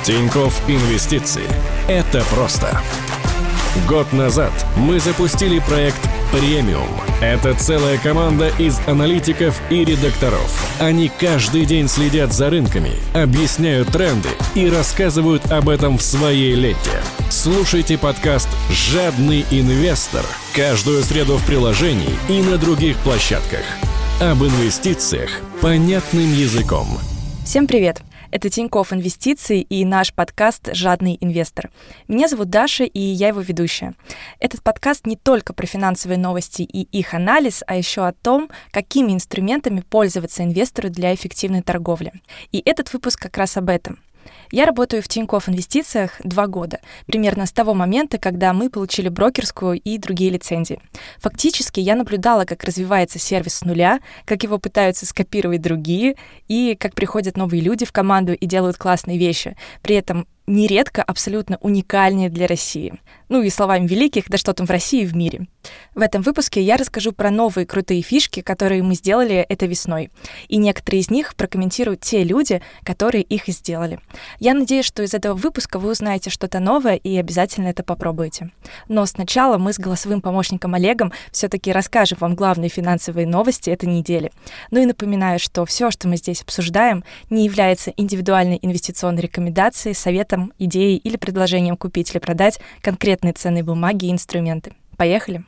Тинькофф Инвестиции. Это просто. Год назад мы запустили проект «Премиум». Это целая команда из аналитиков и редакторов. Они каждый день следят за рынками, объясняют тренды и рассказывают об этом в своей ленте. Слушайте подкаст «Жадный инвестор» каждую среду в приложении и на других площадках. Об инвестициях понятным языком. Всем привет! Это Тинькофф Инвестиции и наш подкаст «Жадный инвестор». Меня зовут Даша, и я его ведущая. Этот подкаст не только про финансовые новости и их анализ, а еще о том, какими инструментами пользоваться инвестору для эффективной торговли. И этот выпуск как раз об этом. Я работаю в Тинькофф Инвестициях 2 года, примерно с того момента, когда мы получили брокерскую и другие лицензии. Фактически я наблюдала, как развивается сервис с нуля, как его пытаются скопировать другие, и как приходят новые люди в команду и делают классные вещи, при этом нередко абсолютно уникальные для России. Ну и словами великих, да что там в России и в мире. В этом выпуске я расскажу про новые крутые фишки, которые мы сделали этой весной. И некоторые из них прокомментируют те люди, которые их и сделали. Я надеюсь, что из этого выпуска вы узнаете что-то новое и обязательно это попробуете. Но сначала мы с голосовым помощником Олегом все-таки расскажем вам главные финансовые новости этой недели. Ну и напоминаю, что все, что мы здесь обсуждаем, не является индивидуальной инвестиционной рекомендацией, советом, идеей или предложением купить или продать конкретные ценные бумаги и инструменты. Поехали!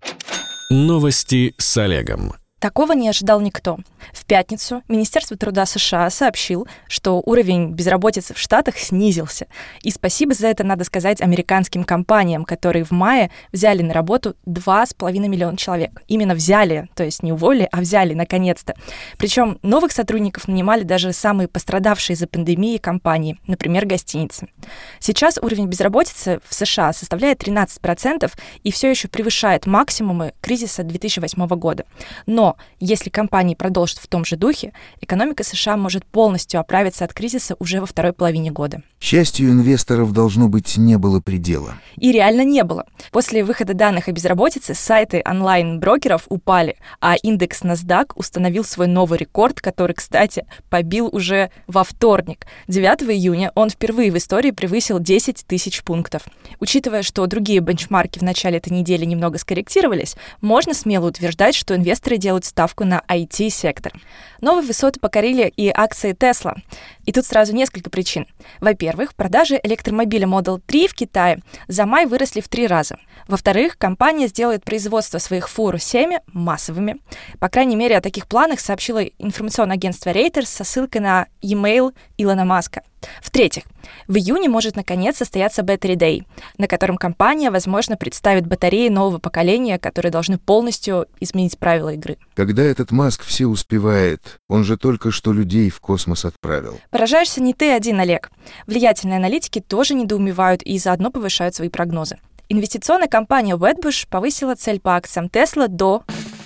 Новости с Олегом. Такого не ожидал никто. В пятницу Министерство труда США сообщил, что уровень безработицы в Штатах снизился. И спасибо за это надо сказать американским компаниям, которые в мае взяли на работу 2,5 миллиона человек. Именно взяли, то есть не уволили, а взяли наконец-то. Причем новых сотрудников нанимали даже самые пострадавшие из-за пандемии компании, например, гостиницы. Сейчас уровень безработицы в США составляет 13% и все еще превышает максимумы кризиса 2008 года. Но если компании продолжат в том же духе, экономика США может полностью оправиться от кризиса уже во второй половине года. Счастью инвесторов, должно быть, не было предела. И реально не было. После выхода данных о безработице сайты онлайн-брокеров упали, а индекс NASDAQ установил свой новый рекорд, который, кстати, побил уже во вторник. 9 июня он впервые в истории превысил 10 тысяч пунктов. Учитывая, что другие бенчмарки в начале этой недели немного скорректировались, можно смело утверждать, что инвесторы делают ставку на IT-сектор. Новые высоты покорили и акции Tesla. И тут сразу несколько причин. Во-первых, продажи электромобиля Model 3 в Китае за май выросли в 3 раза. Во-вторых, компания сделает производство своих фур 7 массовыми. По крайней мере, о таких планах сообщило информационное агентство Reuters со ссылкой на e-mail Илона Маска. В-третьих, в июне может наконец состояться Battery Day, на котором компания, возможно, представит батареи нового поколения, которые должны полностью изменить правила игры. Когда этот Маск все успевает, он же только что людей в космос отправил. Поражаешься не ты один, Олег. Влиятельные аналитики тоже недоумевают и заодно повышают свои прогнозы. Инвестиционная компания Wedbush повысила цель по акциям Tesla до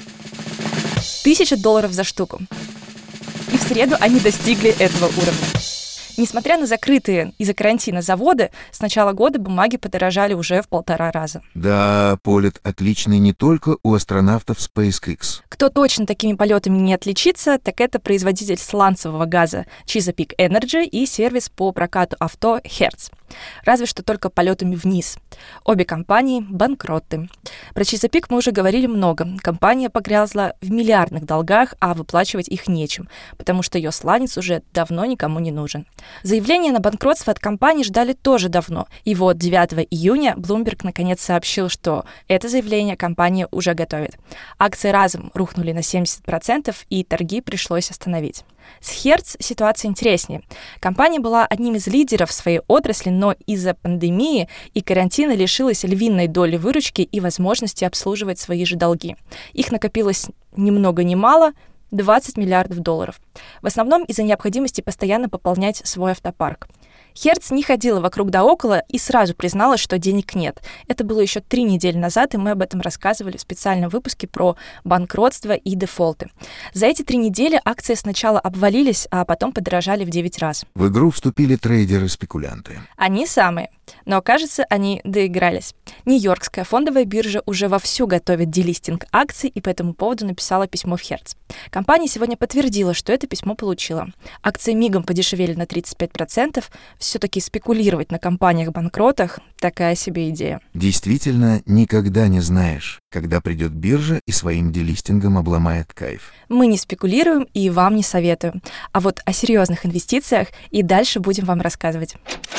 $1000 за штуку. И в среду они достигли этого уровня. Несмотря на закрытые из-за карантина заводы, с начала года бумаги подорожали уже в 1,5 раза. Да, полет отличный не только у астронавтов SpaceX. Кто точно такими полетами не отличится, так это производитель сланцевого газа Chesapeake Energy и сервис по прокату авто Hertz. Разве что только полетами вниз. Обе компании банкроты. Про Chesapeake мы уже говорили много. Компания погрязла в миллиардных долгах, а выплачивать их нечем, потому что ее сланец уже давно никому не нужен. Заявление на банкротство от компании ждали тоже давно. И вот 9 июня Bloomberg наконец сообщил, что это заявление компания уже готовит. Акции разом рухнули на 70%, и торги пришлось остановить. С Hertz ситуация интереснее. Компания была одним из лидеров своей отрасли, но из-за пандемии и карантина лишилась львиной доли выручки и возможности обслуживать свои же долги. Их накопилось ни много ни мало — $20 миллиардов. В основном из-за необходимости постоянно пополнять свой автопарк. Hertz не ходила вокруг да около и сразу призналась, что денег нет. Это было еще 3 недели назад, и мы об этом рассказывали в специальном выпуске про банкротство и дефолты. За эти 3 недели акции сначала обвалились, а потом подорожали в 9 раз. В игру вступили трейдеры-спекулянты. Они самые. Но, кажется, они доигрались. Нью-Йоркская фондовая биржа уже вовсю готовит делистинг акций и по этому поводу написала письмо в Hertz. Компания сегодня подтвердила, что это письмо получила. Акции мигом подешевели на 35%, Все-таки спекулировать на компаниях-банкротах – такая себе идея. Действительно, никогда не знаешь, когда придет биржа и своим делистингом обломает кайф. Мы не спекулируем и вам не советуем. А вот о серьезных инвестициях и дальше будем вам рассказывать.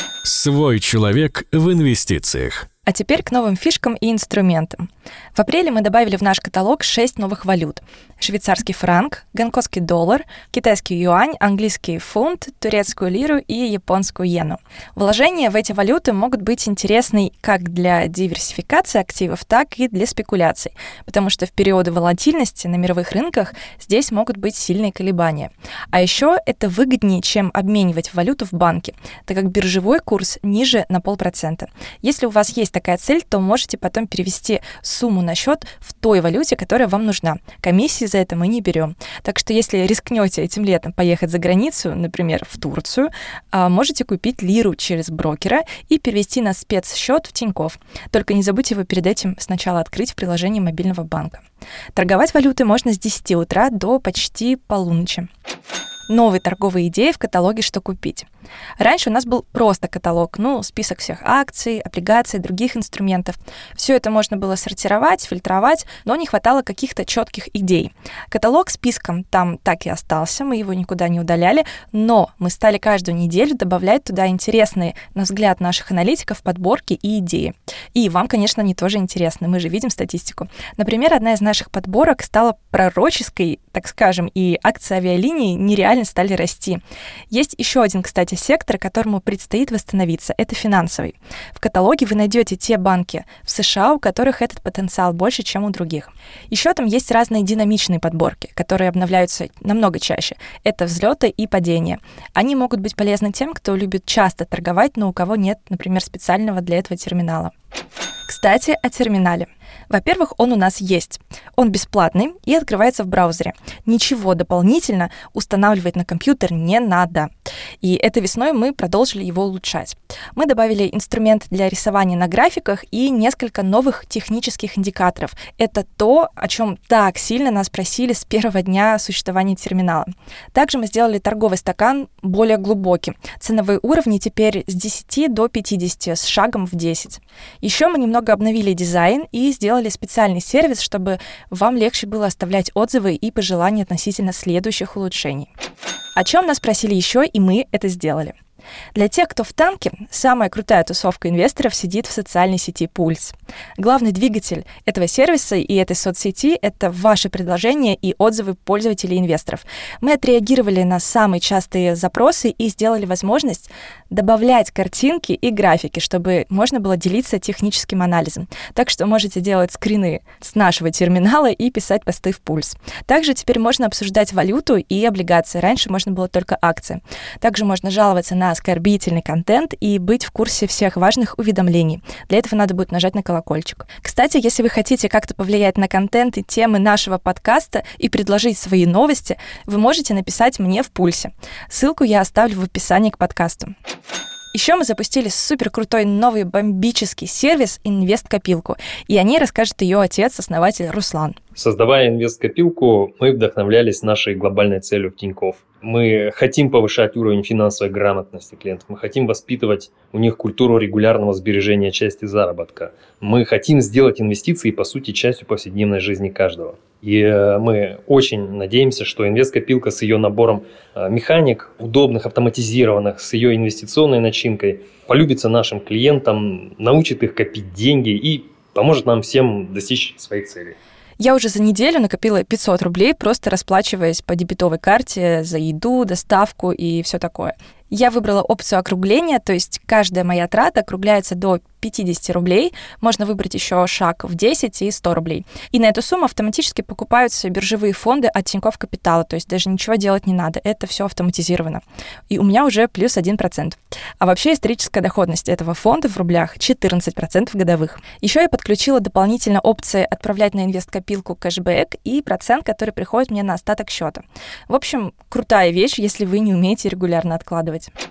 Свой человек в инвестициях. А теперь к новым фишкам и инструментам. В апреле мы добавили в наш каталог 6 новых валют. Швейцарский франк, гонконгский доллар, китайский юань, английский фунт, турецкую лиру и японскую иену. Вложения в эти валюты могут быть интересны как для диверсификации активов, так и для спекуляций, потому что в периоды волатильности на мировых рынках здесь могут быть сильные колебания. А еще это выгоднее, чем обменивать валюту в банке, так как биржевой курс ниже на 0,5%. Если у вас есть такая цель, то можете потом перевести сумму на счет в той валюте, которая вам нужна. Комиссии за это мы не берем. Так что если рискнете этим летом поехать за границу, например, в Турцию, можете купить лиру через брокера и перевести на спецсчет в Тинькофф. Только не забудьте его перед этим сначала открыть в приложении мобильного банка. Торговать валютой можно с 10 утра до почти полуночи. Новые торговые идеи в каталоге «Что купить». Раньше у нас был просто каталог, список всех акций, облигаций, других инструментов. Все это можно было сортировать, фильтровать, но не хватало каких-то четких идей. Каталог списком там так и остался, мы его никуда не удаляли, но мы стали каждую неделю добавлять туда интересные, на взгляд наших аналитиков, подборки и идеи. И вам, конечно, они тоже интересны, мы же видим статистику. Например, одна из наших подборок стала пророческой, так скажем, и акции авиалинии нереально стали расти. Есть еще один, кстати, сектор, которому предстоит восстановиться. Это финансовый. В каталоге вы найдете те банки в США, у которых этот потенциал больше, чем у других. Еще там есть разные динамичные подборки, которые обновляются намного чаще. Это взлеты и падения. Они могут быть полезны тем, кто любит часто торговать, но у кого нет, например, специального для этого терминала. Кстати, о терминале. Во-первых, он у нас есть. Он бесплатный и открывается в браузере. Ничего дополнительно устанавливать на компьютер не надо. И этой весной мы продолжили его улучшать. Мы добавили инструмент для рисования на графиках и несколько новых технических индикаторов. Это то, о чем так сильно нас просили с первого дня существования терминала. Также мы сделали торговый стакан более глубоким. Ценовые уровни теперь с 10 до 50, с шагом в 10. Еще мы немного обновили дизайн и сделали специальный сервис, чтобы вам легче было оставлять отзывы и пожелания относительно следующих улучшений. О чем нас просили еще, и мы это сделали. Для тех, кто в танке, самая крутая тусовка инвесторов сидит в социальной сети «Пульс». Главный двигатель этого сервиса и этой соцсети — это ваши предложения и отзывы пользователей и инвесторов. Мы отреагировали на самые частые запросы и сделали возможность добавлять картинки и графики, чтобы можно было делиться техническим анализом. Так что можете делать скрины с нашего терминала и писать посты в «Пульс». Также теперь можно обсуждать валюту и облигации. Раньше можно было только акции. Также можно жаловаться на оскорбительный контент и быть в курсе всех важных уведомлений. Для этого надо будет нажать на колокольчик. Кстати, если вы хотите как-то повлиять на контент и темы нашего подкаста и предложить свои новости, вы можете написать мне в «Пульсе». Ссылку я оставлю в описании к подкасту. Еще мы запустили суперкрутой новый бомбический сервис «Инвесткопилку», и о ней расскажет ее отец, основатель Руслан. Создавая инвесткопилку, мы вдохновлялись нашей глобальной целью в Тинькофф. Мы хотим повышать уровень финансовой грамотности клиентов, мы хотим воспитывать у них культуру регулярного сбережения части заработка. Мы хотим сделать инвестиции, по сути, частью повседневной жизни каждого. И мы очень надеемся, что инвесткопилка с ее набором механик, удобных, автоматизированных, с ее инвестиционной начинкой, полюбится нашим клиентам, научит их копить деньги и поможет нам всем достичь своих целей. Я уже за неделю накопила 500 рублей, просто расплачиваясь по дебетовой карте за еду, доставку и все такое. Я выбрала опцию округления, то есть каждая моя трата округляется до 50 рублей. Можно выбрать еще шаг в 10 и 100 рублей. И на эту сумму автоматически покупаются биржевые фонды от Тинькофф Капитала, то есть даже ничего делать не надо, это все автоматизировано. И у меня уже плюс 1%. А вообще историческая доходность этого фонда в рублях 14% годовых. Еще я подключила дополнительно опции отправлять на инвесткопилку кэшбэк и процент, который приходит мне на остаток счета. В общем, крутая вещь, если вы не умеете регулярно откладывать.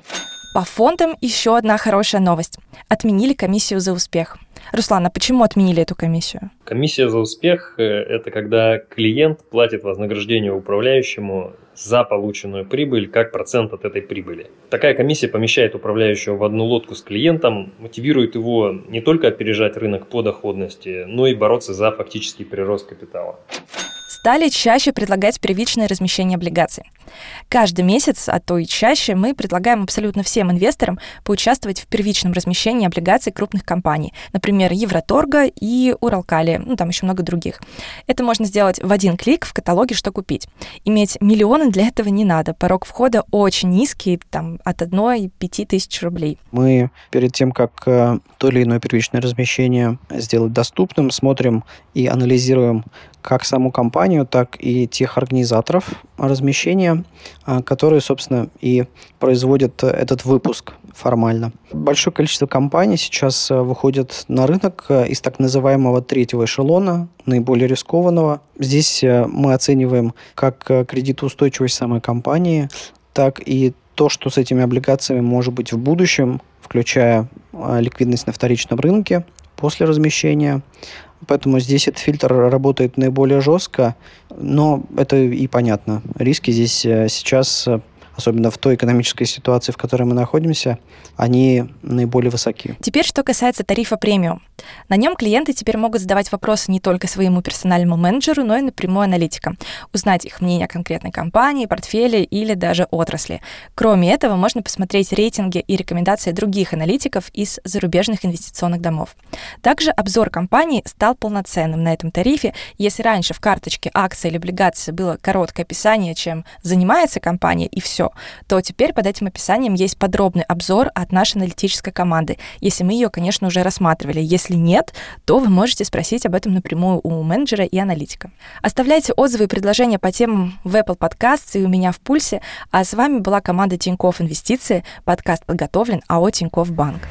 По фондам еще одна хорошая новость. Отменили комиссию за успех. Руслан, а почему отменили эту комиссию? Комиссия за успех – это когда клиент платит вознаграждение управляющему за полученную прибыль как процент от этой прибыли. Такая комиссия помещает управляющего в одну лодку с клиентом, мотивирует его не только опережать рынок по доходности, но и бороться за фактический прирост капитала. Стали чаще предлагать первичное размещение облигаций. Каждый месяц, а то и чаще, мы предлагаем абсолютно всем инвесторам поучаствовать в первичном размещении облигаций крупных компаний, например, Евроторга и Уралкали, там еще много других. Это можно сделать в один клик в каталоге «Что купить». Иметь миллионы для этого не надо, порог входа очень низкий, от 1-5 тысяч рублей. Мы перед тем, как то или иное первичное размещение сделать доступным, смотрим и анализируем как саму компанию, так и тех организаторов размещения, которые, собственно, и производят этот выпуск формально. Большое количество компаний сейчас выходят на рынок из так называемого третьего эшелона, наиболее рискованного. Здесь мы оцениваем как кредитоустойчивость самой компании, так и то, что с этими облигациями может быть в будущем, включая ликвидность на вторичном рынке после размещения. Поэтому здесь этот фильтр работает наиболее жестко, но это и понятно. Риски здесь сейчас, особенно в той экономической ситуации, в которой мы находимся, они наиболее высоки. Теперь, что касается тарифа премиум. На нем клиенты теперь могут задавать вопросы не только своему персональному менеджеру, но и напрямую аналитикам, узнать их мнение о конкретной компании, портфеле или даже отрасли. Кроме этого, можно посмотреть рейтинги и рекомендации других аналитиков из зарубежных инвестиционных домов. Также обзор компании стал полноценным на этом тарифе. Если раньше в карточке акции или облигации было короткое описание, чем занимается компания, и все, то теперь под этим описанием есть подробный обзор от нашей аналитической команды, если мы ее, конечно, уже рассматривали. Если нет, то вы можете спросить об этом напрямую у менеджера и аналитика. Оставляйте отзывы и предложения по темам в Apple Podcasts и у меня в Пульсе. А с вами была команда Тинькофф Инвестиции. Подкаст подготовлен АО Тинькофф Банк.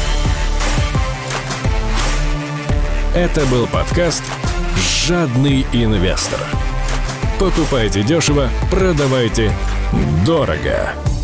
Это был подкаст «Жадный инвестор». Покупайте дешево, продавайте дорого.